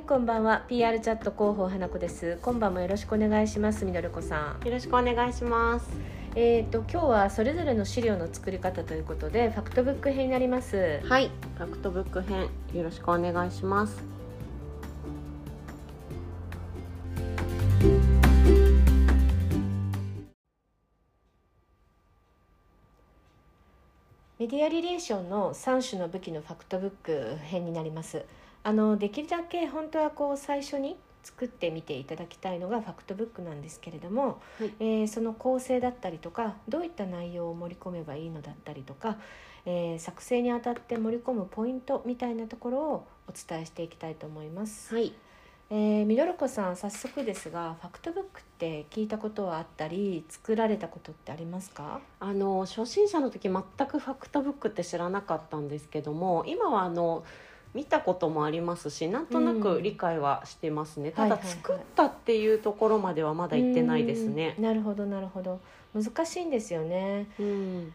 こんばんは。 PR チャット広報花子です。今晩もよろしくお願いします。みどるこさん、 よろしくお願いします。 今日はそれぞれの資料の作り方ということでファクトブック編になります。 はい、ファクトブック編よろしくお願いします。 メディアリレーションの3種の武器のファクトブック編になります。できるだけ本当は最初に作ってみていただきたいのがファクトブックなんですけれども、その構成だったりとかどういった内容を盛り込めばいいのだったりとか、作成にあたって盛り込むポイントみたいなところをお伝えしていきたいと思います。 はい、 みどるこさん、早速ですがファクトブックって聞いたことはあったり作られたことってありますか？ 初心者の時全くファクトブックって知らなかったんですけども、今は見たこともありますし、なんとなく理解はしてますね。ただ作ったっていうところまではまだ行ってないですね。 なるほどなるほど、難しいんですよね。一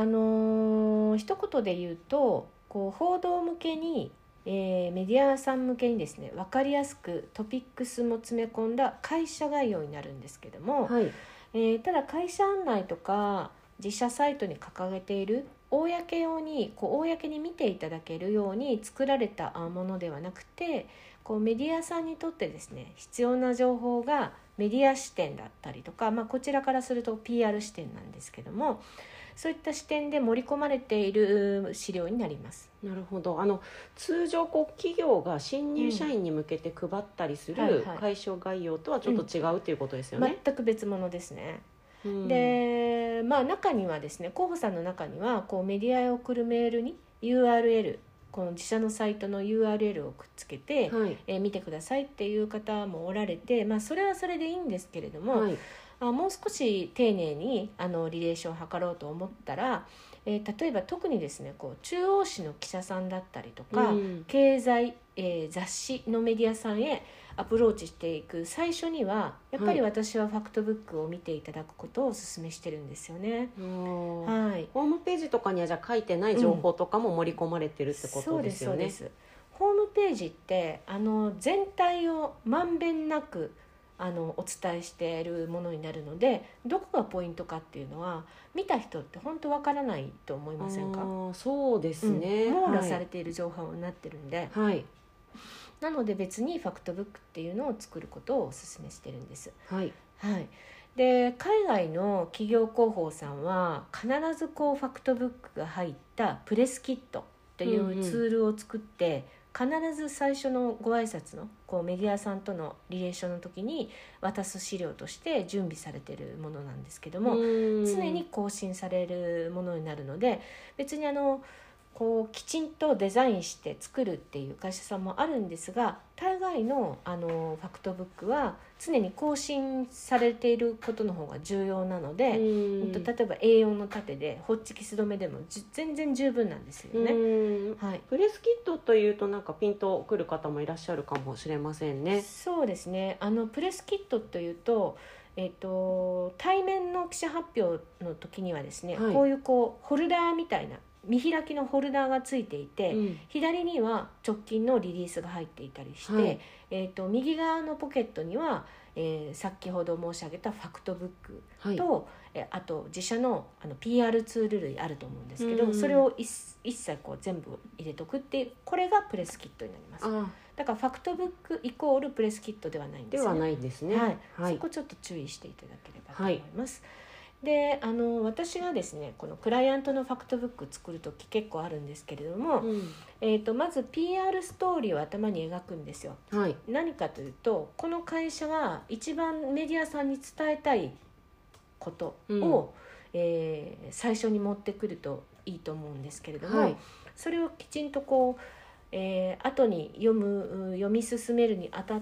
言で言うと報道向けに、メディアさん向けにですね、分かりやすくトピックスも詰め込んだ会社概要になるんですけども、ただ会社案内とか自社サイトに掲げている公用に公に見ていただけるように作られたものではなくて、メディアさんにとってですね、必要な情報がメディア視点だったりとか、こちらからすると PR 視点なんですけども、そういった視点で盛り込まれている資料になります。 なるほど。通常企業が新入社員に向けて配ったりする会社概要とはちょっと違うということですよね。 全く別物ですね。で中にはですね、候補さんの中にはメディアへ送るメールに URL、 この自社のサイトの URL をくっつけて、見てくださいっていう方もおられて、それはそれでいいんですけれども、もう少し丁寧にリレーションを図ろうと思ったら、例えば特にですね、中央紙の記者さんだったりとか、経済、雑誌のメディアさんへアプローチしていく最初にはやっぱり私はファクトブックを見ていただくことをお勧めしてるんですよね。 ホームページとかにはじゃあ書いてない情報とかも盛り込まれてるってことですよね。 そうです。ホームページって全体をまんべんなくお伝えしているものになるので、どこがポイントかっていうのは見た人って本当わからないと思いませんか？ そうですね、 網羅されている情報になってるんで、なので別にファクトブックっていうのを作ることをお勧めしてるんです。で海外の企業広報さんは必ずファクトブックが入ったプレスキットっていうツールを作って、必ず最初のご挨拶のメディアさんとのリレーションの時に渡す資料として準備されているものなんですけども、常に更新されるものになるので、別にきちんとデザインして作るっていう会社さんもあるんですが、大概のファクトブックは常に更新されていることの方が重要なので、例えば A4 の縦でホッチキス止めでも全然十分なんですよね。 プレスキットというとなんかピンとくる方もいらっしゃるかもしれませんね。 そうですね。プレスキットというと、対面の記者発表の時にはですね、こういうホルダーみたいな見開きのホルダーがついていて、左には直近のリリースが入っていたりして、右側のポケットには、先ほど申し上げたファクトブックと、あと自社のPR ツール類あると思うんですけど、それを一切全部入れとくっていう、これがプレスキットになります。だからファクトブックイコールプレスキットではないんですね。 ではないですね。 そこちょっと注意していただければと思います。で私がですね、このクライアントのファクトブック作るとき結構あるんですけれども、まず PR ストーリーを頭に描くんですよ。何かというと、この会社が一番メディアさんに伝えたいことを、最初に持ってくるといいと思うんですけれども、それをきちんと後に読み進めるにあたって、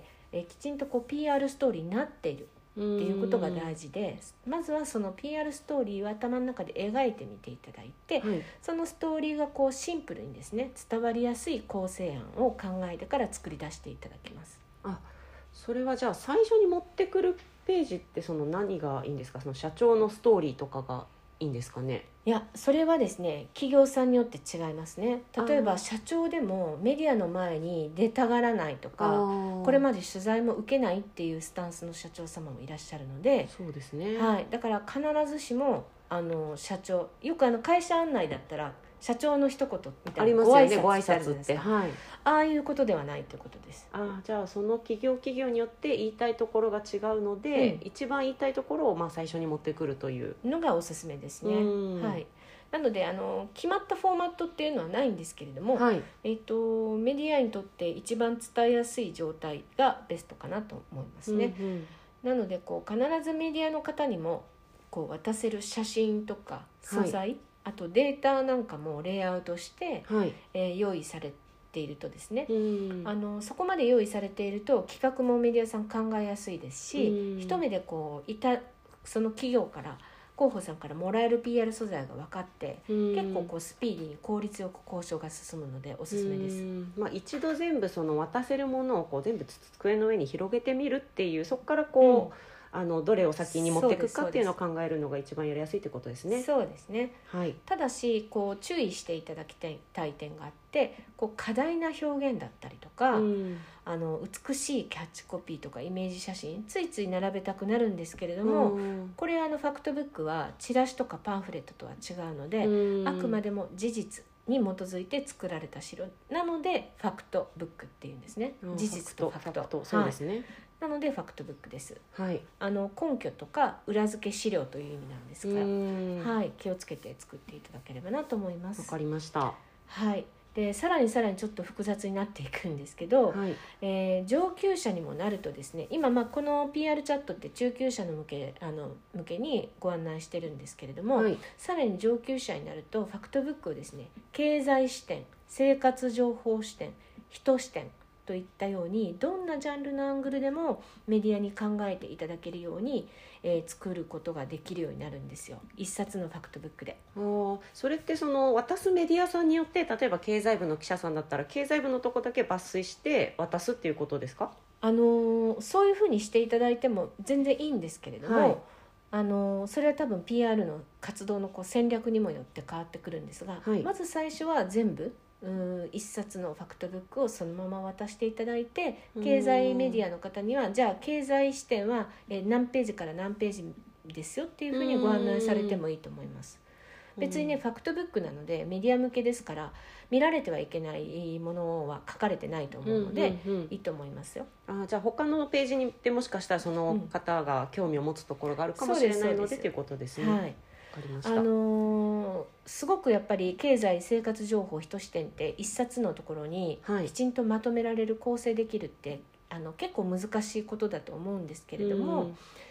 きちんとPR ストーリーになっているっていうことが大事で、まずはその PR ストーリーを頭の中で描いてみていただいて、そのストーリーがシンプルにですね伝わりやすい構成案を考えてから作り出していただきます。 それはじゃあ最初に持ってくるページって何がいいんですか？その社長のストーリーとかがいいんですかね。 いや、それはですね、企業さんによって違いますね。例えば社長でもメディアの前に出たがらないとか、これまで取材も受けないっていうスタンスの社長様もいらっしゃるので、 そうですね、 はい、だから必ずしも社長、よく会社案内だったら社長の一言みたいなご挨拶って、はい、ああいうことではないということです。 じゃあその企業によって言いたいところが違うので、一番言いたいところを最初に持ってくるというのがおすすめですね。はい、なので決まったフォーマットっていうのはないんですけれども、はい、メディアにとって一番伝えやすい状態がベストかなと思いますね。なので必ずメディアの方にも渡せる写真とか素材、はい、あとデータなんかもレイアウトして、はい、用意されているとですね、そこまで用意されていると企画もメディアさん考えやすいですし、一目でその企業から広報さんからもらえる PR 素材が分かって、結構スピーディーに効率よく交渉が進むのでおすすめです。 一度全部渡せるものを全部机の上に広げてみるっていう、そこからどれを先に持っていくかっていうのを考えるのが一番やりやすいってことですね。 そうですね、はい、ただし注意していただきたい点があって、過大な表現だったりとか、美しいキャッチコピーとかイメージ写真ついつい並べたくなるんですけれども、これファクトブックはチラシとかパンフレットとは違うので、あくまでも事実に基づいて作られた資料なのでファクトブックっていうんですね。事実とファクト、 そうですね、はい、 なのでファクトブックです、はい、根拠とか裏付け資料という意味なんですが、はい、気をつけて作っていただければなと思います。 わかりました。 はい、でさらにちょっと複雑になっていくんですけど、はい、上級者にもなるとですね、今この PR チャットって中級者の向けにご案内してるんですけれども、はい、さらに上級者になるとファクトブックをですね、経済視点、生活情報視点、人視点といったようにどんなジャンルのアングルでもメディアに考えていただけるように、作ることができるようになるんですよ、一冊のファクトブックで。 それって渡すメディアさんによって、例えば経済部の記者さんだったら経済部のとこだけ抜粋して渡すっていうことですか？ そういうふうにしていただいても全然いいんですけれども、はい、それは多分 PR の活動の戦略にもよって変わってくるんですが、はい、まず最初は全部一冊のファクトブックをそのまま渡していただいて、経済メディアの方にはじゃあ経済視点は何ページから何ページですよっていうふうにご案内されてもいいと思います。別にね、ファクトブックなのでメディア向けですから見られてはいけないものは書かれてないと思うので、いいと思いますよ。 じゃあ他のページにでもしかしたらその方が興味を持つところがあるかもしれないのでということですね。はい、 すごくやっぱり経済生活情報一視点って一冊のところにきちんとまとめられる、構成できるって結構難しいことだと思うんですけれども、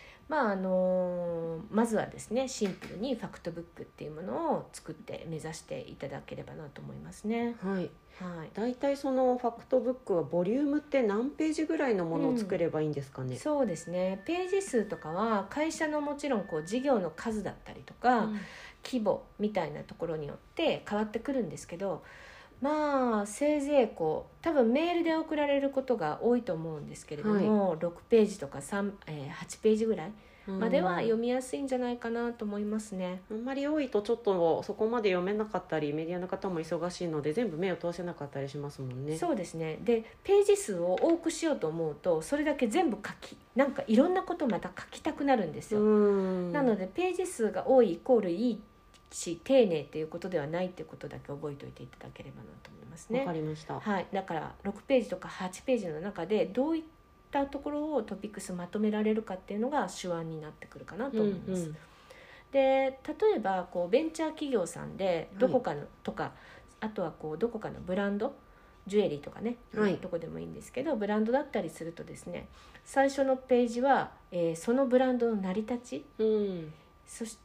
まずはですね、シンプルにファクトブックっていうものを作って目指していただければなと思いますね。 はい、はい、だいたいそのファクトブックはボリュームって何ページぐらいのものを作ればいいんですかね？ そうですね、ページ数とかは会社のもちろん事業の数だったりとか、規模みたいなところによって変わってくるんですけど、せいぜい多分メールで送られることが多いと思うんですけれども、はい、6ページとか8ページぐらいまでは読みやすいんじゃないかなと思いますね。 あんまり多いとちょっとそこまで読めなかったり、メディアの方も忙しいので全部目を通せなかったりしますもんね。 そうですね。でページ数を多くしようと思うとそれだけ全部なんかいろんなことまた書きたくなるんですよ。なのでページ数が多いイコールいいし丁寧っていうことではないっていうことだけ覚えておいていただければなと思いますね。 わかりました。 はい、だから6ページとか8ページの中でどういったところをトピックスまとめられるかっていうのが手腕になってくるかなと思います。で例えばベンチャー企業さんでどこかの、とかあとはどこかのブランドジュエリーとかね、どこでもいいんですけどブランドだったりするとですね、最初のページは、そのブランドの成り立ち、そして、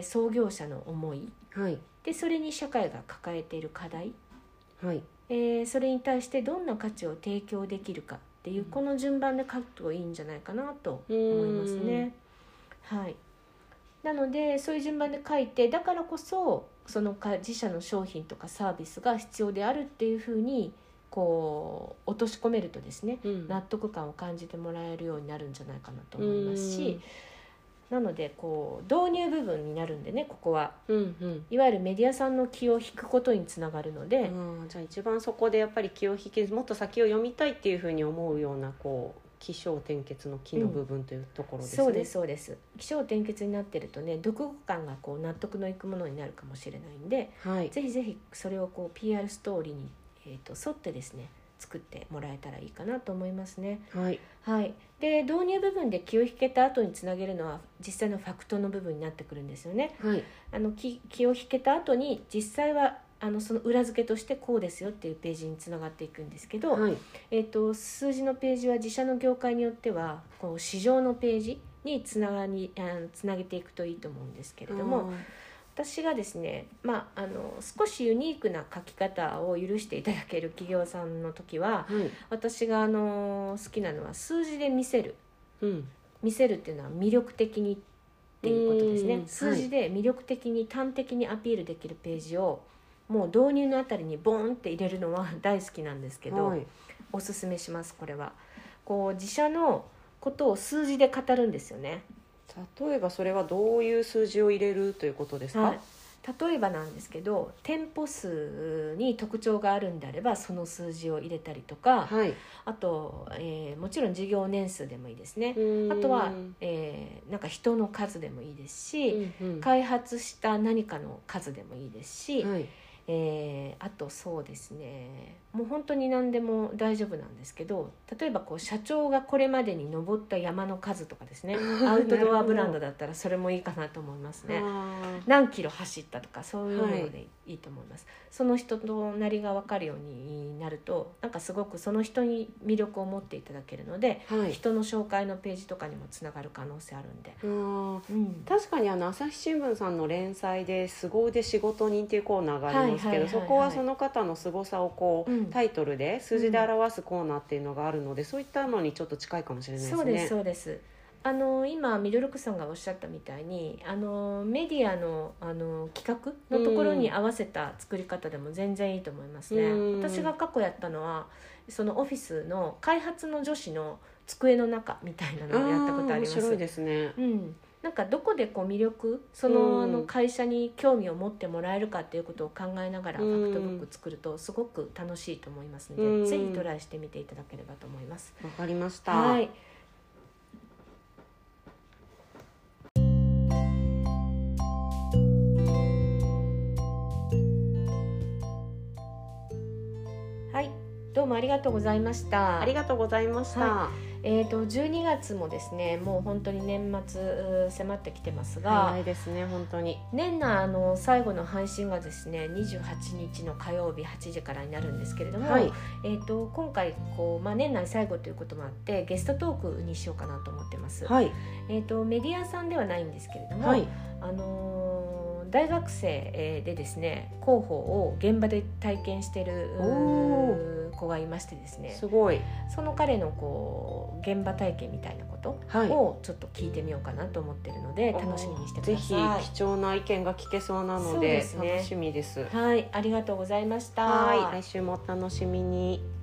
創業者の思い、でそれに社会が抱えている課題、それに対してどんな価値を提供できるかっていう、この順番で書くといいんじゃないかなと思いますね。はい、なのでそういう順番で書いて、だからこそその自社の商品とかサービスが必要であるっていうふうに落とし込めるとですね、納得感を感じてもらえるようになるんじゃないかなと思いますし、 なのでこう導入部分になるんでね、ここは、 いわゆるメディアさんの気を引くことにつながるので、 じゃあ一番そこでやっぱり気を引き、もっと先を読みたいっていうふうに思うようなこう起承転結の気の部分というところですね。 そうですそうです。起承転結になってるとね、読後感がこう納得のいくものになるかもしれないんで、ぜひぜひそれをこう PR ストーリーに、沿ってですね作ってもらえたらいいかなと思いますね。で導入部分で気を引けた後につなげるのは実際のファクトの部分になってくるんですよね。気を引けた後に実際はその裏付けとしてこうですよっていうページにつながっていくんですけど、数字のページは自社の業界によってはこう市場のページにつなげていくといいと思うんですけれども、私がですね、少しユニークな書き方を許していただける企業さんの時は、私が好きなのは数字で見せる、見せるっていうのは魅力的にっていうことですね。数字で魅力的に端的にアピールできるページをもう導入のあたりにボーンって入れるのは大好きなんですけど、おすすめします。これはこう自社のことを数字で語るんですよね。 例えばそれはどういう数字を入れるということですか？ 例えばなんですけど、店舗数に特徴があるんであればその数字を入れたりとか、あと、もちろん事業年数でもいいですね。あとは、なんか人の数でもいいですし、開発した何かの数でもいいですし、あとそうですね、もう本当に何でも大丈夫なんですけど、例えばこう社長がこれまでに登った山の数とかですねアウトドアブランドだったらそれもいいかなと思いますね。何キロ走ったとかそういうのでいいと思います。その人となりが分かるようになると、なんかすごくその人に魅力を持っていただけるので、人の紹介のページとかにもつながる可能性あるんで。 確かに朝日新聞さんの連載で凄腕仕事人っていうコーナーがありますけど、そこはその方の凄さをこう、タイトルで数字で表すコーナーっていうのがあるので、そういったのにちょっと近いかもしれないですね。 そうです。今ミドルクさんがおっしゃったみたいにメディアの、企画のところに合わせた作り方でも全然いいと思いますね。私が過去やったのはそのオフィスの開発の女子の机の中みたいなのをやったことあります。 面白いですね。 なんかどこでこう魅力、その会社に興味を持ってもらえるかっていうことを考えながらファクトブック作るとすごく楽しいと思いますので、ぜひトライしてみていただければと思います。 わかりました。 どうもありがとうございました。 ありがとうございました。 12月もですね、もう本当に年末迫ってきてますが、 早いですね本当に。 年内最後の配信がですね28日の火曜日8時からになるんですけれども、今回こう、年内最後ということもあってゲストトークにしようかなと思ってます。メディアさんではないんですけれども、大学生でですね広報を現場で体験している子がいましてですね、 すごい。 その彼のこう現場体験みたいなことをちょっと聞いてみようかなと思っているので、楽しみにしてください。 ぜひ貴重な意見が聞けそうなので楽しみです。 ありがとうございました。 来週もお楽しみに。